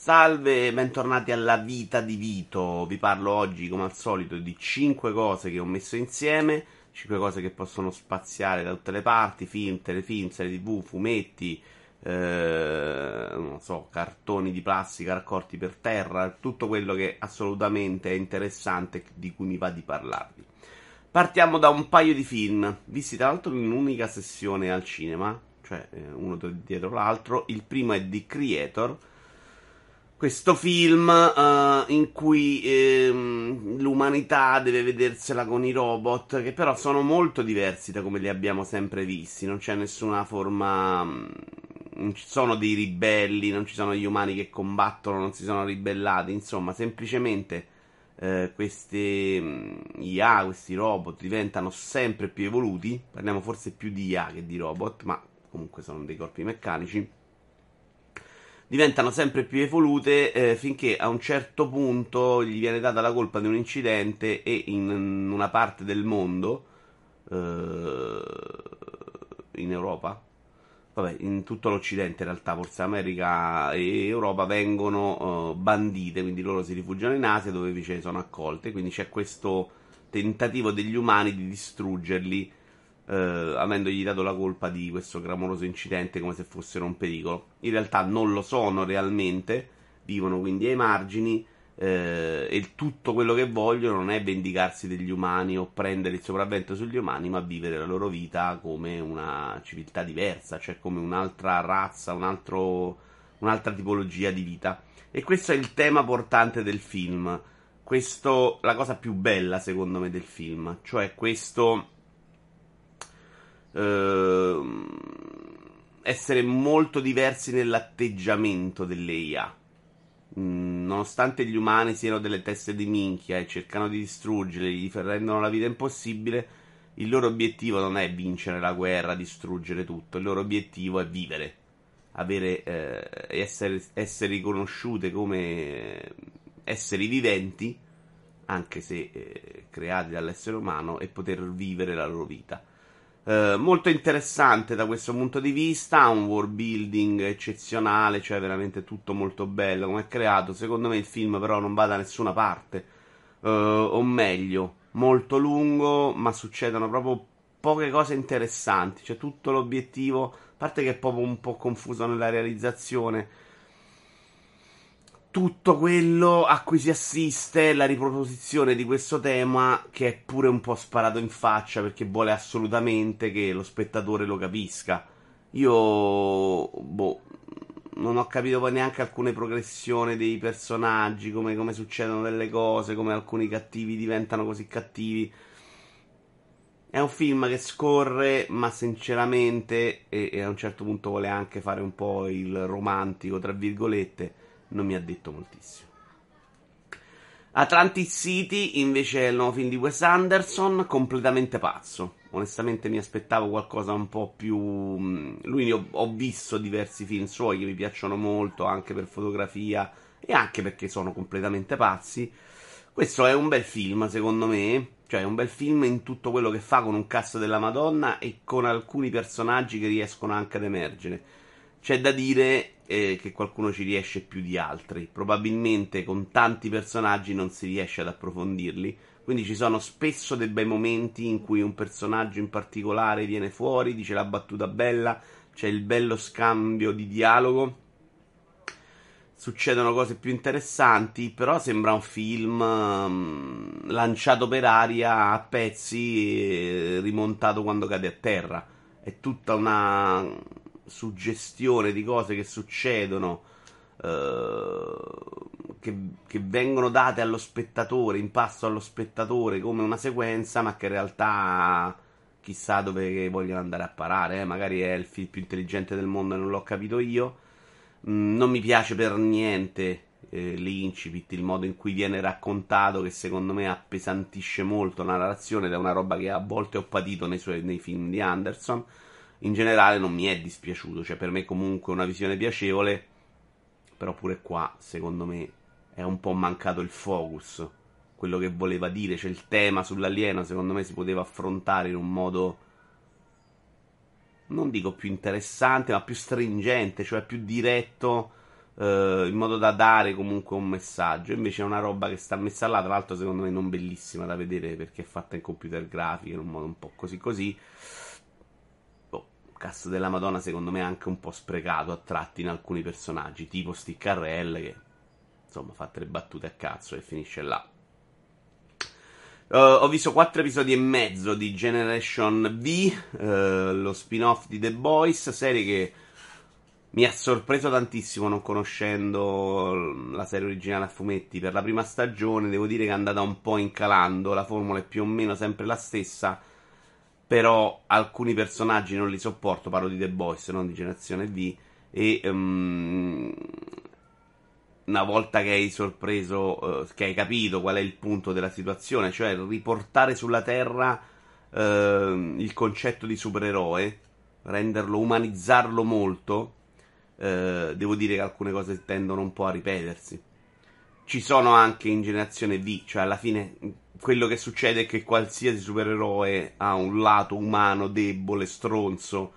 Salve, bentornati alla vita di Vito. Vi parlo oggi, come al solito, di 5 cose che ho messo insieme, 5 cose che possono spaziare da tutte le parti, film, telefilm, serie TV, fumetti, non so, cartoni di plastica raccolti per terra, tutto quello che assolutamente è interessante di cui mi va di parlarvi. Partiamo da un paio di film, visti tra l'altro in un'unica sessione al cinema, cioè uno dietro l'altro. Il primo è The Creator, questo film in cui l'umanità deve vedersela con i robot, che però sono molto diversi da come li abbiamo sempre visti. Non c'è nessuna forma. Non ci sono dei ribelli, non ci sono gli umani che combattono, non si sono ribellati. Insomma, semplicemente questi IA, questi robot diventano sempre più evoluti. Parliamo forse più di IA che di robot, ma comunque sono dei corpi meccanici. Diventano sempre più evolute finché a un certo punto gli viene data la colpa di un incidente e in una parte del mondo, eh, in Europa, vabbè, in tutto l'Occidente in realtà, forse America e Europa vengono bandite, quindi loro si rifugiano in Asia dove invece sono accolte, quindi c'è questo tentativo degli umani di distruggerli, avendogli dato la colpa di questo clamoroso incidente come se fossero un pericolo. In realtà non lo sono realmente, vivono quindi ai margini, e tutto quello che vogliono non è vendicarsi degli umani o prendere il sopravvento sugli umani, ma vivere la loro vita come una civiltà diversa, cioè come un'altra razza, un'altra tipologia di vita. E questo è il tema portante del film. Questo, la cosa più bella secondo me del film, cioè questo ehm, essere molto diversi nell'atteggiamento delle IA. Nonostante gli umani siano delle teste di minchia e cercano di distruggerli, gli rendono la vita impossibile, il loro obiettivo non è vincere la guerra, distruggere tutto, il loro obiettivo è vivere, avere, essere riconosciute come esseri viventi, anche se creati dall'essere umano, e poter vivere la loro vita. Molto interessante da questo punto di vista, ha un world building eccezionale, cioè veramente tutto molto bello come è creato. Secondo me il film però non va da nessuna parte, o meglio, molto lungo, ma succedono proprio poche cose interessanti. Cioè tutto l'obiettivo, a parte che è proprio un po' confuso nella realizzazione, tutto quello a cui si assiste è la riproposizione di questo tema, che è pure un po' sparato in faccia perché vuole assolutamente che lo spettatore lo capisca. Io, boh, non ho capito poi neanche alcune progressioni dei personaggi, come succedono delle cose, come alcuni cattivi diventano così cattivi. È un film che scorre, ma sinceramente, e a un certo punto vuole anche fare un po' il romantico, tra virgolette, non mi ha detto moltissimo. Atlantic City invece è il nuovo film di Wes Anderson, completamente pazzo. Onestamente mi aspettavo qualcosa un po' più. Lui ho visto diversi film suoi che mi piacciono molto, anche per fotografia e anche perché sono completamente pazzi. Questo è un bel film, secondo me. Cioè, è un bel film in tutto quello che fa, con un cast della Madonna e con alcuni personaggi che riescono anche ad emergere. C'è da dire che qualcuno ci riesce più di altri. Probabilmente con tanti personaggi non si riesce ad approfondirli. Quindi ci sono spesso dei bei momenti in cui un personaggio in particolare viene fuori, dice la battuta bella, c'è il bello scambio di dialogo, succedono cose più interessanti, però sembra un film lanciato per aria a pezzi e rimontato quando cade a terra. È tutta una suggestione di cose che succedono, eh, che vengono date allo spettatore, in pasto allo spettatore come una sequenza, ma che in realtà chissà dove vogliono andare a parare. Magari è il film più intelligente del mondo e non l'ho capito io. Non mi piace per niente l'incipit, il modo in cui viene raccontato, che secondo me appesantisce molto la narrazione, ed è una roba che a volte ho patito nei film di Anderson. In generale non mi è dispiaciuto, cioè per me comunque è una visione piacevole, però pure qua secondo me è un po' mancato il focus, quello che voleva dire, cioè il tema sull'alieno secondo me si poteva affrontare in un modo, non dico più interessante, ma più stringente, cioè più diretto, in modo da dare comunque un messaggio. Invece è una roba che sta messa là, tra l'altro secondo me non bellissima da vedere perché è fatta in computer grafica in un modo un po' così così. Boh, cazzo della Madonna secondo me è anche un po' sprecato a tratti in alcuni personaggi, tipo Sticcarrel che insomma fa 3 battute a cazzo e finisce là. Ho visto 4 episodi e mezzo di Generation V, lo spin-off di The Boys, serie che mi ha sorpreso tantissimo non conoscendo la serie originale a fumetti. Per la prima stagione devo dire che è andata un po' incalando, la formula è più o meno sempre la stessa, però alcuni personaggi non li sopporto, parlo di The Boys, non di Generazione V, e una volta che hai sorpreso, che hai capito qual è il punto della situazione, cioè riportare sulla Terra il concetto di supereroe, renderlo, umanizzarlo molto, devo dire che alcune cose tendono un po' a ripetersi. Ci sono anche in Generazione V, cioè alla fine quello che succede è che qualsiasi supereroe ha un lato umano debole, stronzo,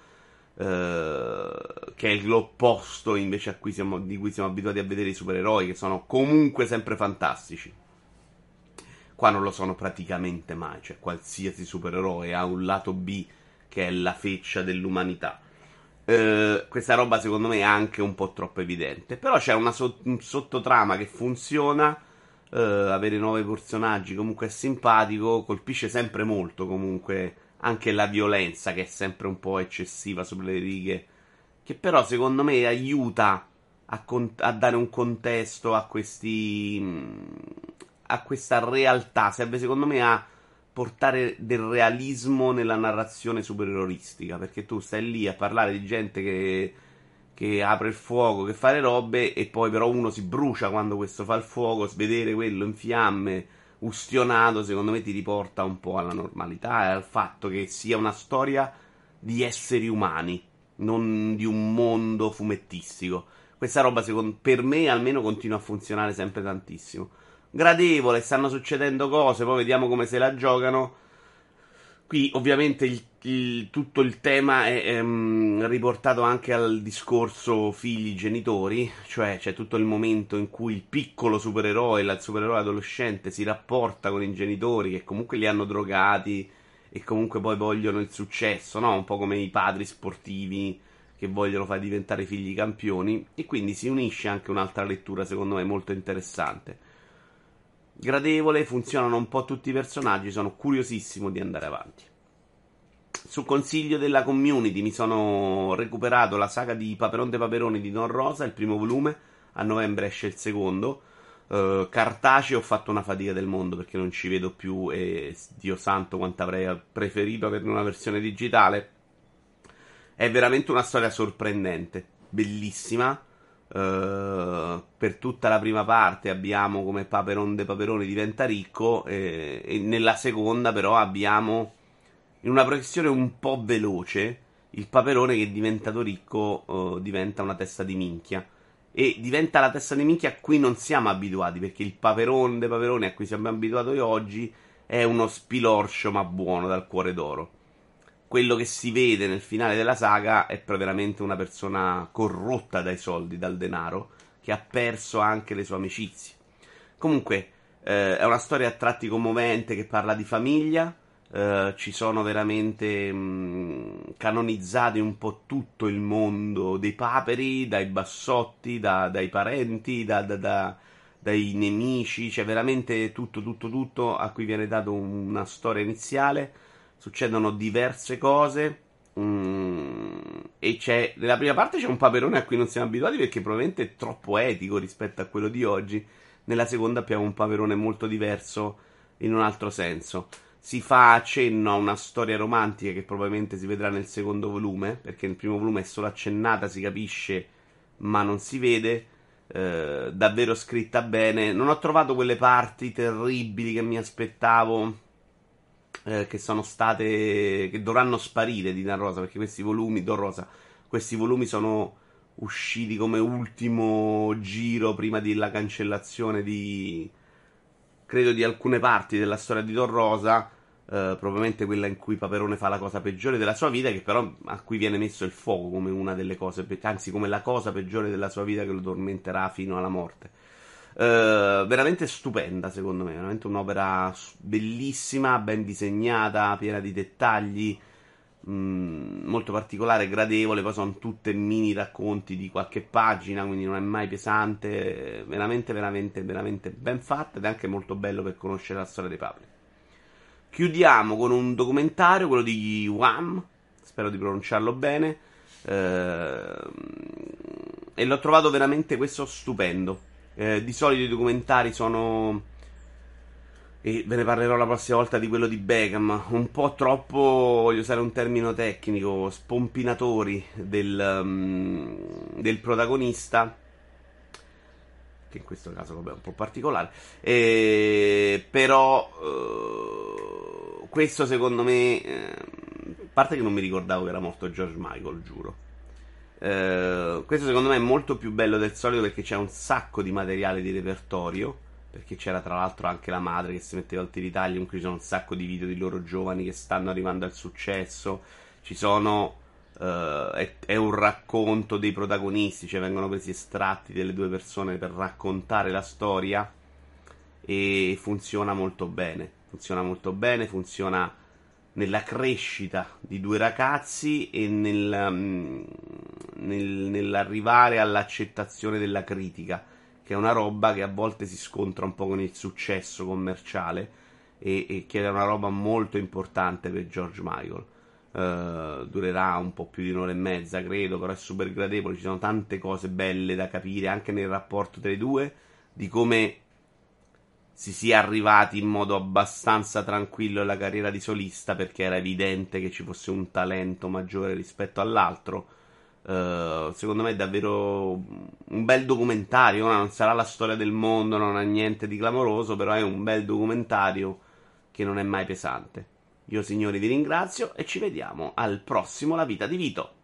che è l'opposto invece di cui siamo abituati a vedere i supereroi, che sono comunque sempre fantastici. Qua non lo sono praticamente mai, cioè qualsiasi supereroe ha un lato B che è la feccia dell'umanità. Questa roba secondo me è anche un po' troppo evidente, però c'è un sottotrama che funziona. Avere nuovi personaggi comunque è simpatico, colpisce sempre molto comunque anche la violenza che è sempre un po' eccessiva sulle righe, che però secondo me aiuta a dare un contesto a questa realtà, serve secondo me a portare del realismo nella narrazione supereroristica, perché tu stai lì a parlare di gente che apre il fuoco, che fa le robe, e poi però uno si brucia quando questo fa il fuoco, vedere quello in fiamme, ustionato, secondo me ti riporta un po' alla normalità e al fatto che sia una storia di esseri umani, non di un mondo fumettistico. Questa roba, per me, almeno continua a funzionare sempre tantissimo. Gradevole, stanno succedendo cose, poi vediamo come se la giocano. Qui ovviamente tutto il tema è riportato anche al discorso figli-genitori, cioè c'è tutto il momento in cui il piccolo supereroe, il supereroe adolescente si rapporta con i genitori che comunque li hanno drogati e comunque poi vogliono il successo, no? Un po' come i padri sportivi che vogliono far diventare i figli campioni, e quindi si unisce anche un'altra lettura secondo me molto interessante. Gradevole, funzionano un po' tutti i personaggi, sono curiosissimo di andare avanti. Su consiglio della community mi sono recuperato la saga di Paperon de Paperoni di Don Rosa, il primo volume, a novembre esce il secondo. Cartaceo ho fatto una fatica del mondo perché non ci vedo più e Dio santo quanto avrei preferito averne una versione digitale. È veramente una storia sorprendente, bellissima. Per tutta la prima parte abbiamo come Paperon de Paperoni diventa ricco, e nella seconda però abbiamo in una progressione un po' veloce il Paperone che diventato ricco diventa una testa di minchia, e diventa la testa di minchia a cui non siamo abituati, perché il Paperon de Paperoni a cui siamo abituati oggi è uno spilorcio ma buono dal cuore d'oro. Quello che si vede nel finale della saga è veramente una persona corrotta dai soldi, dal denaro, che ha perso anche le sue amicizie. Comunque, è una storia a tratti commovente che parla di famiglia. Ci sono veramente canonizzati un po' tutto il mondo dei paperi, dai bassotti, dai parenti, dai nemici. C'è veramente tutto a cui viene dato una storia iniziale. Succedono diverse cose. E nella prima parte c'è un Paperone a cui non siamo abituati perché probabilmente è troppo etico rispetto a quello di oggi. Nella seconda abbiamo un Paperone molto diverso in un altro senso. Si fa accenno a una storia romantica che probabilmente si vedrà nel secondo volume, perché nel primo volume è solo accennata, si capisce ma non si vede. Davvero scritta bene. Non ho trovato quelle parti terribili che mi aspettavo, che sono state, che dovranno sparire di Dan Rosa, perché questi volumi Don Rosa, questi volumi sono usciti come ultimo giro prima della cancellazione di, credo, di alcune parti della storia di Don Rosa. probabilmente quella in cui Paperone fa la cosa peggiore della sua vita, che però a cui viene messo il fuoco come una delle cose, anzi come la cosa peggiore della sua vita che lo tormenterà fino alla morte. Veramente stupenda, secondo me, veramente un'opera bellissima, ben disegnata, piena di dettagli, molto particolare, gradevole. Poi sono tutte mini racconti di qualche pagina, quindi non è mai pesante, veramente, veramente, veramente ben fatta ed è anche molto bello per conoscere la storia dei Papri. Chiudiamo con un documentario, quello di Wham, spero di pronunciarlo bene, e l'ho trovato veramente questo stupendo. Di solito i documentari sono, e ve ne parlerò la prossima volta, di quello di Beckham, un po' troppo, voglio usare un termine tecnico, spompinatori del protagonista, che in questo caso vabbè, è un po' particolare, però questo secondo me, a parte che non mi ricordavo che era morto George Michael, giuro. Questo secondo me è molto più bello del solito perché c'è un sacco di materiale di repertorio, perché c'era tra l'altro anche la madre che si metteva al tiritaglio, in cui ci sono un sacco di video di loro giovani che stanno arrivando al successo, ci sono è un racconto dei protagonisti, cioè vengono presi estratti delle due persone per raccontare la storia e funziona molto bene, funziona nella crescita di due ragazzi e nell'arrivare all'accettazione della critica, che è una roba che a volte si scontra un po' con il successo commerciale e che è una roba molto importante per George Michael. Durerà un po' più di un'ora e mezza, credo, però è super gradevole. Ci sono tante cose belle da capire anche nel rapporto tra i due, di come si sia arrivati in modo abbastanza tranquillo alla carriera di solista, perché era evidente che ci fosse un talento maggiore rispetto all'altro. Secondo me è davvero un bel documentario. Ora non sarà la storia del mondo, non ha niente di clamoroso, però è un bel documentario che non è mai pesante. Io signori vi ringrazio e ci vediamo al prossimo La vita di Vito.